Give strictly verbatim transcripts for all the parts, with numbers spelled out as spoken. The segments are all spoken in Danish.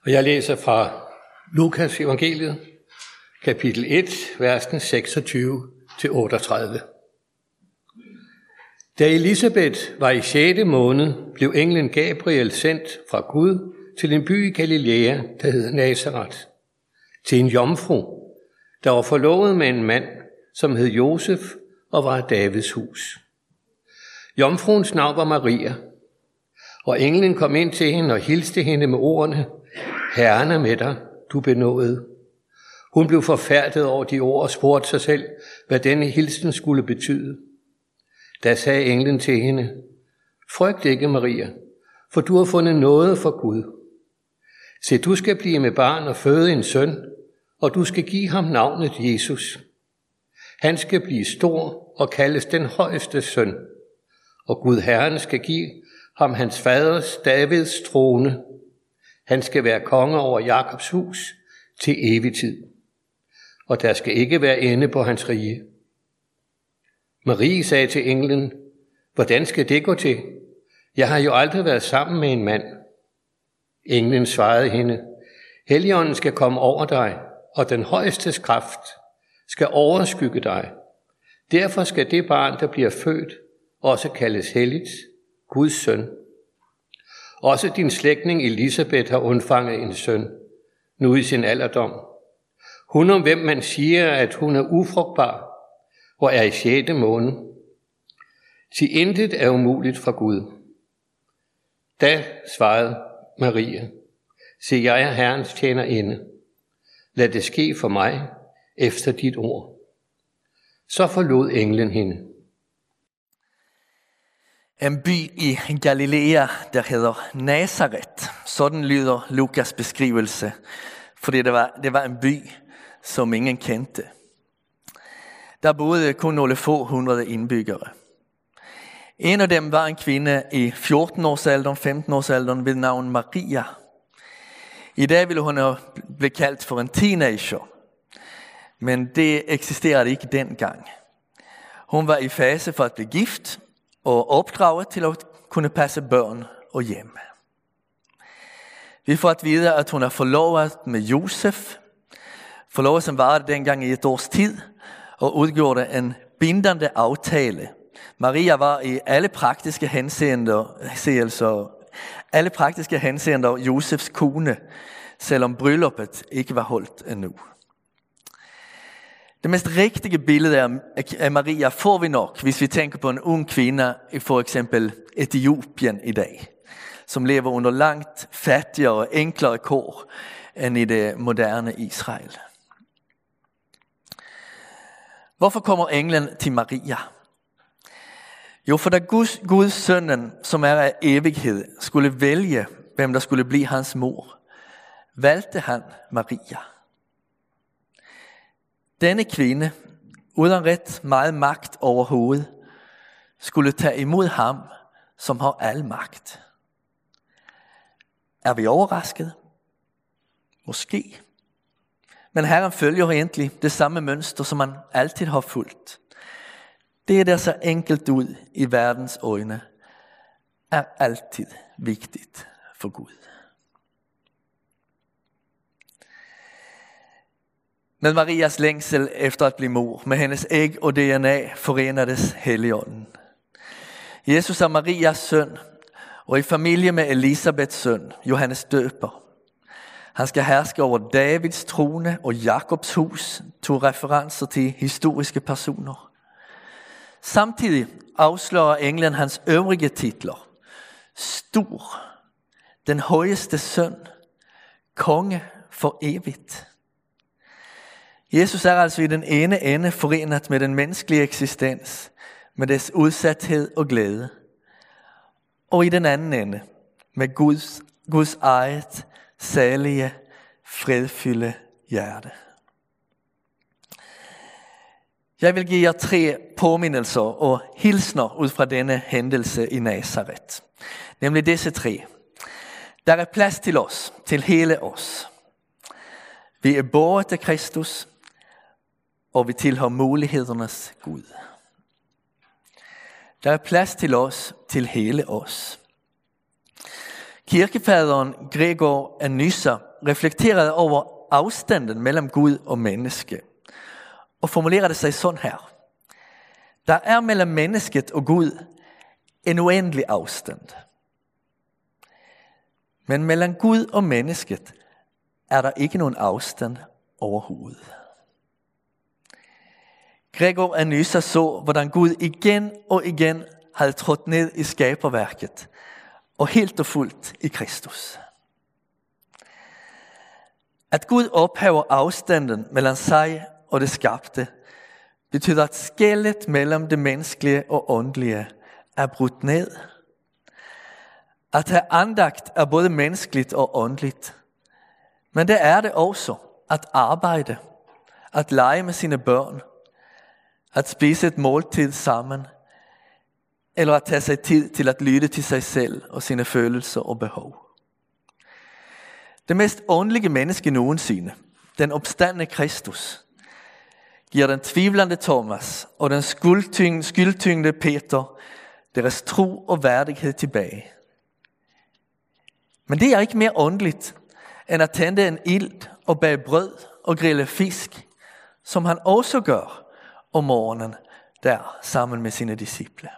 Og jeg læser fra Lukas evangeliet, kapitel et, versen seksogtyve til otteogtredive. Da Elisabeth var i sjette måned, blev englen Gabriel sendt fra Gud til en by i Galilea, der hedder Nazaret, til en jomfru, der var forlovet med en mand, som hed Josef og var af Davids hus. Jomfruens navn var Maria, og englen kom ind til hende og hilste hende med ordene: Herren er med dig, du benådede. Hun blev forfærdet over de ord og spurgte sig selv, hvad denne hilsen skulle betyde. Da sagde englen til hende: Frygt ikke, Maria, for du har fundet noget for Gud. Se, du skal blive med barn og føde en søn, og du skal give ham navnet Jesus. Han skal blive stor og kaldes den højeste søn, og Gud Herren skal give ham hans faders Davids trone. Han skal være konge over Jakobs hus til evig tid, og der skal ikke være ende på hans rige. Marie sagde til englen: Hvordan skal det gå til? Jeg har jo aldrig været sammen med en mand. Englen svarede hende: Helligånden skal komme over dig, og den højestes kraft skal overskygge dig. Derfor skal det barn, der bliver født, også kaldes helligt, Guds søn. Også din slægtning Elisabeth har undfanget en søn, nu i sin alderdom. Hun, om hvem man siger, at hun er ufrugtbar og er i sjette måned. Sig intet er umuligt for Gud. Da svarede Maria: Se, jeg er Herrens tjenerinde. Lad det ske for mig efter dit ord. Så forlod englen hende. En by i Galilea, der hedder Nazaret. Sådan lyder Lukas beskrivelse, fordi det var, det var en by, som ingen kendte. Der boede kun nogle få hundrede indbyggere. En af dem var en kvinde i fjorten-årsalderen, femten-årsalderen ved navn Maria. I dag ville hun blive kaldt for en teenager, men det eksisterede ikke dengang. Hun var i fase for at blive gift og opdraget til at kunne passe børn og hjem. Vi får at vide, at hun er forlovet med Josef. Forlovelsen varede dengang i et års tid og udgjorde en bindende aftale. Maria var i alle praktiske henseender, alle praktiske henseender Josefs kone, selvom brylluppet ikke var holdt endnu. Det mest rigtige billede af Maria får vi nok, hvis vi tænker på en ung kvinde i for eksempel Etiopien i dag, som lever under langt fattigere og enklere kår end i det moderne Israel. Hvorfor kommer englen til Maria? Jo, for da Guds, Guds sønnen, som er af evighed, skulle vælge, hvem der skulle blive hans mor, valgte han Maria. Denne kvinde, uden ret meget magt overhovedet, skulle tage imod ham, som har al magt. Er vi overrasket? Måske. Men Herren følger egentlig det samme mønster, som han altid har fulgt. Det, der så enkelt ud i verdens øjne, er altid vigtigt for Gud. Med Marias længsel efter at blive mor, med hendes æg og D N A forenedes Helligånden. Jesus er Marias søn, og i familie med Elisabeths søn, Johannes Døber. Han skal herske over Davids trone og Jakobs hus, to referencer til historiske personer. Samtidig afslører englen hans øvrige titler: Stor, den højeste søn, konge for evigt. Jesus er altså i den ene ende forenet med den menneskelige eksistens, med dets udsathed og glæde, og i den anden ende med Guds, Guds eget, salige, fredfyldte hjerte. Jeg vil give jer tre påmindelser og hilsner ud fra denne hændelse i Nazaret. Nemlig disse tre. Der er plads til os, til hele os. Vi er båret til Kristus, og vi tilhører mulighedernes Gud. Der er plads til os, til hele os. Kirkefaderen Gregor af Nyssa reflekterede over afstanden mellem Gud og menneske, og formulerede det sig sådan her. Der er mellem mennesket og Gud en uendelig afstand. Men mellem Gud og mennesket er der ikke nogen afstand overhovedet. Gregor af Nyssa så, hvordan Gud igen og igen havde trådt ned i skaberværket, og helt og fuldt i Kristus. At Gud ophæver afstanden mellem sig og det skabte, betyder at skellet mellem det menneskelige og åndelige er brudt ned. At have andagt er både menneskeligt og åndeligt. Men det er det også at arbejde, at lege med sine børn, at spise et måltid sammen, eller at tage sig tid til at lytte til sig selv og sine følelser og behov. Det mest åndelige menneske nogensinde, den opstandne Kristus, giver den tvivlende Thomas og den skyldtyngde Peter deres tro og værdighed tilbage. Men det er ikke mere åndeligt, end at tænde en ild og bage brød og grille fisk, som han også gør om morgenen der sammen med sine disciple.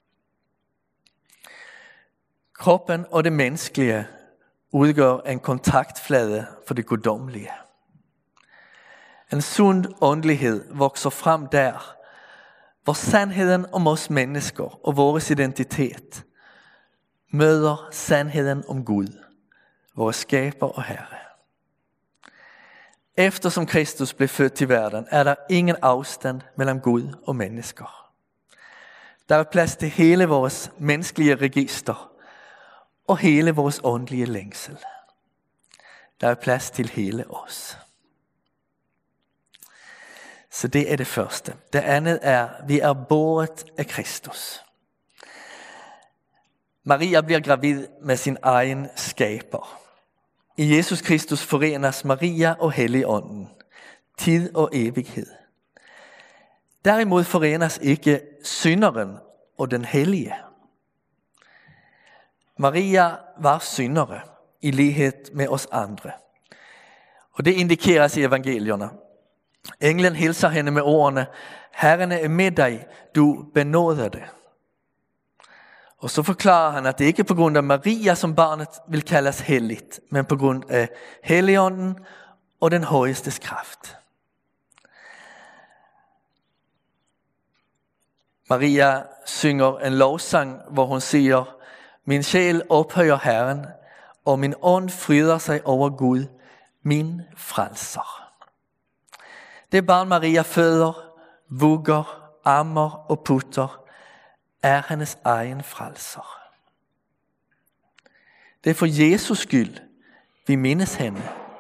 Kroppen og det menneskelige udgør en kontaktflade for det guddommelige. En sund åndelighed vokser frem der, hvor sandheden om os mennesker og vores identitet møder sandheden om Gud, vores skaber og herre. Eftersom Kristus blev født til verden, er der ingen afstand mellem Gud og mennesker. Der er plads til hele vores menneskelige register og hele vores åndelige længsel. Der er plads til hele os. Så det er det første. Det andet er, vi er båret af Kristus. Maria bliver gravid med sin egen skaber. I Jesus Kristus forenes Maria og Helligånden, tid og evighed. Derimod forenes ikke synderen og den hellige. Maria var syndere i lighed med os andre. Og det indikeres i evangelierne. Englen hilser hende med ordene, Herren er med dig, du benådede. Og så forklarer han, at det ikke er på grund af Maria, som barnet vil kaldes helligt, men på grund af Helligånden og den højestes kraft. Maria synger en lovsang, hvor hun siger, min sjæl ophøjer Herren, og min ånd fryder sig over Gud, min frelser. Det barn Maria føder, vugger, ammer og putter, er hendes egen frelser. Det er for Jesus skyld, vi mindes hende.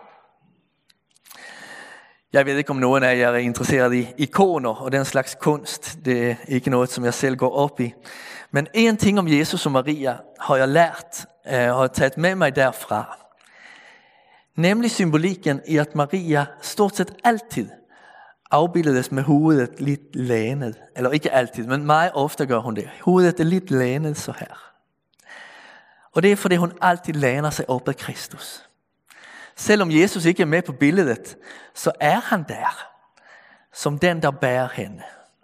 Jeg ved ikke, om nogen af jer er interesseret i ikoner og den slags kunst. Det er ikke noget, som jeg selv går op i. Men en ting om Jesus og Maria har jeg lært og har taget med mig derfra. Nemlig symbolikken i, at Maria stort set altid afbildedes med hovedet lidt lænet. Eller ikke altid, men meget ofte gør hun det. Hovedet er lidt lænet så her. Og det er, fordi hun altid læner sig op ad Kristus. Selvom Jesus ikke er med på billedet, så er han der, som den, der bærer hende.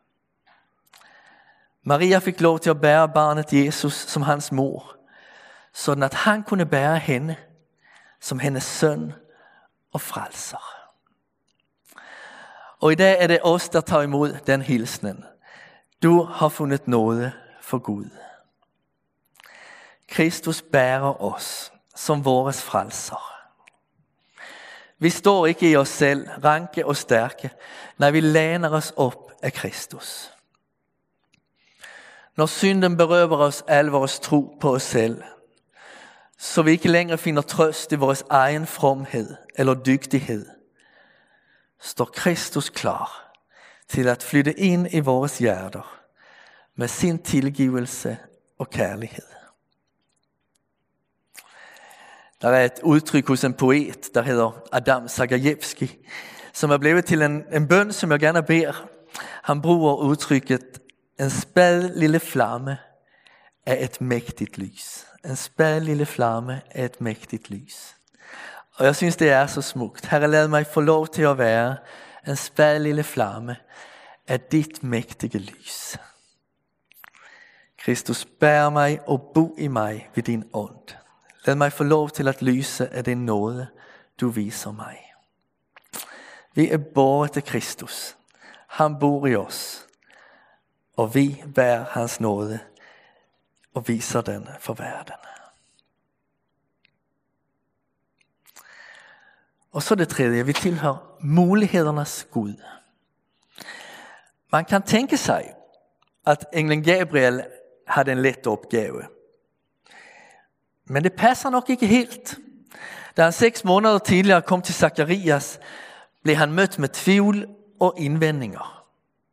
Maria fik lov til at bære barnet Jesus som hans mor, sådan at han kunne bære hende som hendes søn og frelser. Og i dag er det os, der tager imod den hilsenen. Du har fundet nåde for Gud. Kristus bærer os som vores frelser. Vi står ikke i os selv, ranke og stærke, når vi læner os op af Kristus. Når synden berøver os al vores tro på os selv, så vi ikke længere finder trøst i vores egen fromhed eller dygtighed, står Kristus klar til at flytte ind i vores hjerter med sin tilgivelse og kærlighed. Der er et udtryk hos en poet, der hedder Adam Zagajewski, som er blevet til en, en bøn, som jeg gerne beder. Han bruger udtrykket, en spad lille flamme er et mægtigt lys. En spad lille flamme er et mægtigt lys. Og jeg synes, det er så smukt. Herre, lad mig få lov til at være en spad lille flamme af dit mægtige lys. Kristus, bær mig og bo i mig ved din ånd. Lad mig få lov til at lyse af den nåde, du viser mig. Vi er båret til Kristus. Han bor i os. Og vi bærer hans nåde og viser den for verden. Og så det tredje, vi tilhører mulighedernes Gud. Man kan tænke sig, at englen Gabriel havde en let opgave. Men det passer nok ikke helt. Da han seks måneder tidligere kom til Zakarias, blev han mødt med tvivl og indvendinger.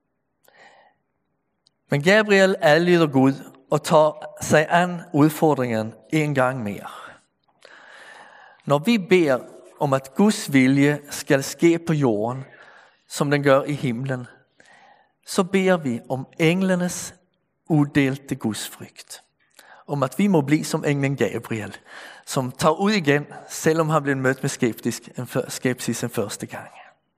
Men Gabriel adlyder Gud og tager sig an udfordringen en gang mere. Når vi beder om, at Guds vilje skal ske på jorden, som den gør i himlen, så beder vi om englenes uddelte gudsfrygt. Om at vi må blive som englen Gabriel, som tager ud igen, selvom han blev mødt med skeptisk, en skepsis en første gang.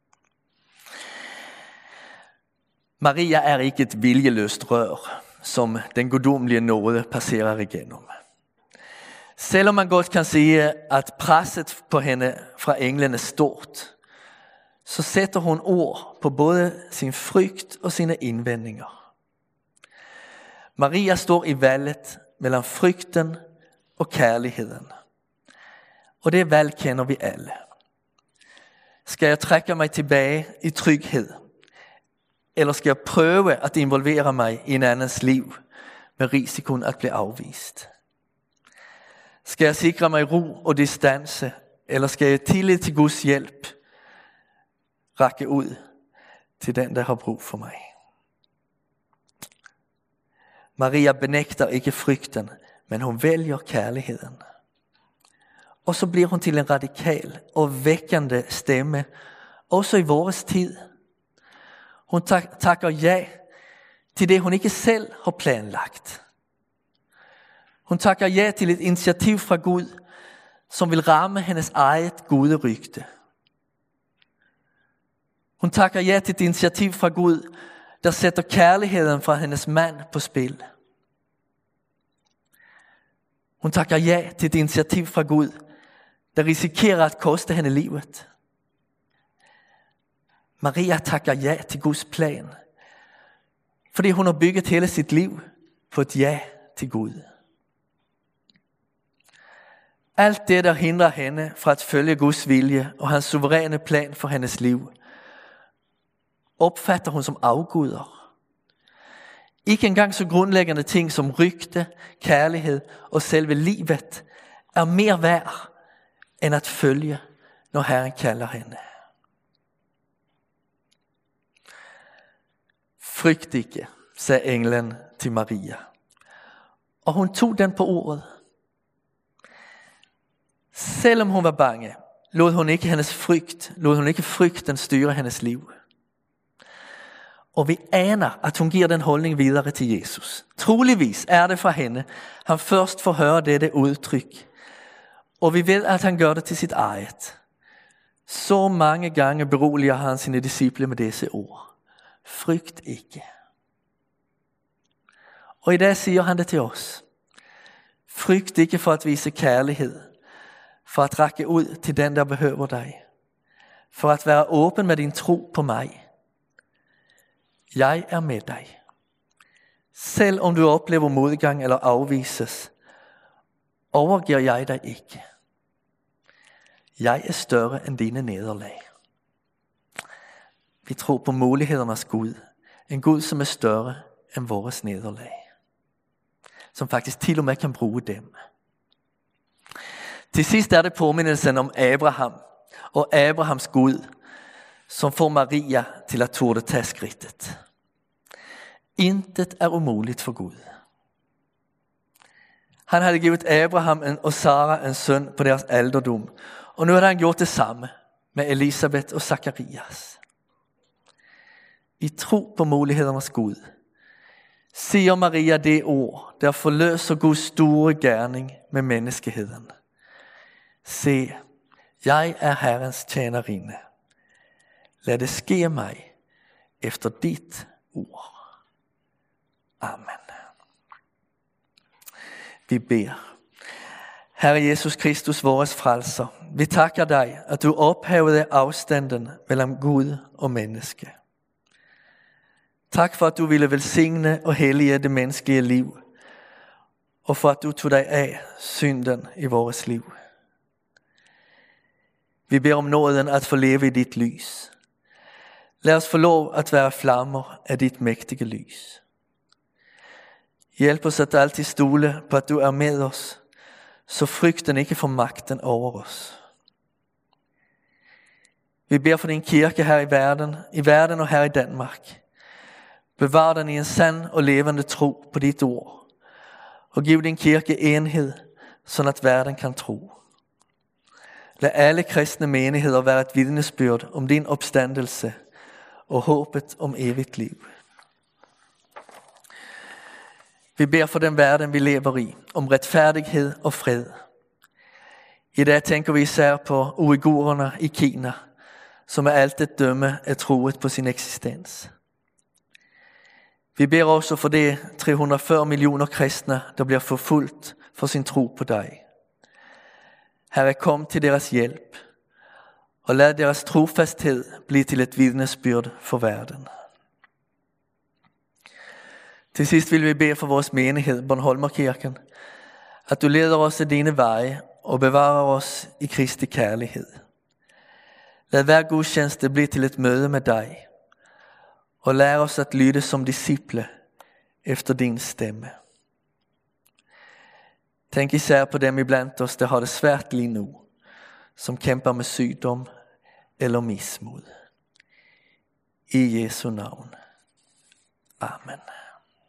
Maria er ikke et viljeløst rør, som den guddommelige nåde passerer igennem. Selvom man godt kan sige, at presset på hende fra englen er stort, så sætter hun ord på både sin frygt og sine indvendinger. Maria står i valget mellem frygten og kærligheden. Og det valg kender vi alle. Skal jeg trække mig tilbage i tryghed? Eller skal jeg prøve at involvere mig i en andens liv med risikoen at blive afvist? Skal jeg sikre mig ro og distance? Eller skal jeg tillid til Guds hjælp række ud til den, der har brug for mig? Maria benægter ikke frygten, men hun vælger kærligheden. Og så bliver hun til en radikal og vækkende stemme, også i vores tid. Hun tak- takker ja til det, hun ikke selv har planlagt. Hun takker ja til et initiativ fra Gud, som vil ramme hendes eget gode rygte. Hun takker ja til et initiativ fra Gud, der sætter kærligheden fra hendes mand på spil. Hun takker ja til et initiativ fra Gud, der risikerer at koste hende livet. Maria takker ja til Guds plan, fordi hun har bygget hele sit liv på et ja til Gud. Alt det, der hindrer hende fra at følge Guds vilje og hans suveræne plan for hendes liv, opfatter hun som afguder. Ikke engang så grundlæggende ting som rygte, kærlighed og selve livet er mere værd end at følge, når Herren kalder hende. Frygt ikke, sagde englen til Maria. Og hun tog den på ordet. Selvom hun var bange, lod hun ikke hendes frygt, lod hun ikke frygten styre hendes liv. Og vi aner, at hun giver den holdning videre til Jesus. Troligvis er det fra hende, han først får høre dette udtryk. Og vi ved, at han gør det til sit eget. Så mange gange beroliger han sine disciple med disse ord. Frygt ikke. Og i dag siger han det til os. Frygt ikke for at vise kærlighed. For at række ud til den, der behøver dig. For at være åben med din tro på mig. Jeg er med dig. Selv om du oplever modgang eller afvises, overgiver jeg dig ikke. Jeg er større end dine nederlag. Vi tror på mulighedernes Gud. En Gud, som er større end vores nederlag. Som faktisk til og med kan bruge dem. Til sidst er det påmindelsen om Abraham og Abrahams Gud, som får Maria til at turde tage skridtet. Intet er umuligt for Gud. Han havde givet Abraham og Sara en søn på deres alderdom, og nu har han gjort det samme med Elisabeth og Zakarias. I tro på mulighedernes Gud, siger Maria det ord, der forløser Guds store gerning med menneskeheden. Se, Jeg er Herrens tjenerinde. Lad det ske mig efter dit ord. Amen. Vi beder. Herre Jesus Kristus, vores frelser, vi takker dig, at du ophævede afstanden mellem Gud og menneske. Tak for, at du ville velsigne og hellige det menneskelige liv, og for, at du tog dig af synden i vores liv. Vi beder om nåden at få leve i dit lys. Lad os få lov at være flammer af dit mægtige lys. Hjælp os at altid stole på, at du er med os, så frygten ikke får magten over os. Vi beder for din kirke her i verden, i verden og her i Danmark. Bevar den i en sand og levende tro på dit ord, og giv din kirke enhed, så at verden kan tro. Lad alle kristne menigheder være et vidnesbyrd om din opstandelse og håbet om evigt liv. Vi beder for den verden, vi lever i, om retfærdighed og fred. I dag tænker vi især på uigurerne i Kina, som er alt et dømme er truet på sin eksistens. Vi beder også for de tre hundrede og fyrre millioner kristne, der bliver forfulgt for sin tro på dig. Herre, kom til deres hjælp, og lad deres trofasthed blive til et vidnesbyrd for verden. Til sidst vil vi bede for vores menighed, Bornholmerkirken, at du leder os i dine veje og bevarer os i Kristi kærlighed. Lad hver gudstjeneste blive til et møde med dig, og lær os at lyde som disciple efter din stemme. Tænk især på dem iblandt os, der har det svært lige nu, som kæmper med sygdom eller mismod. I Jesu navn. Amen.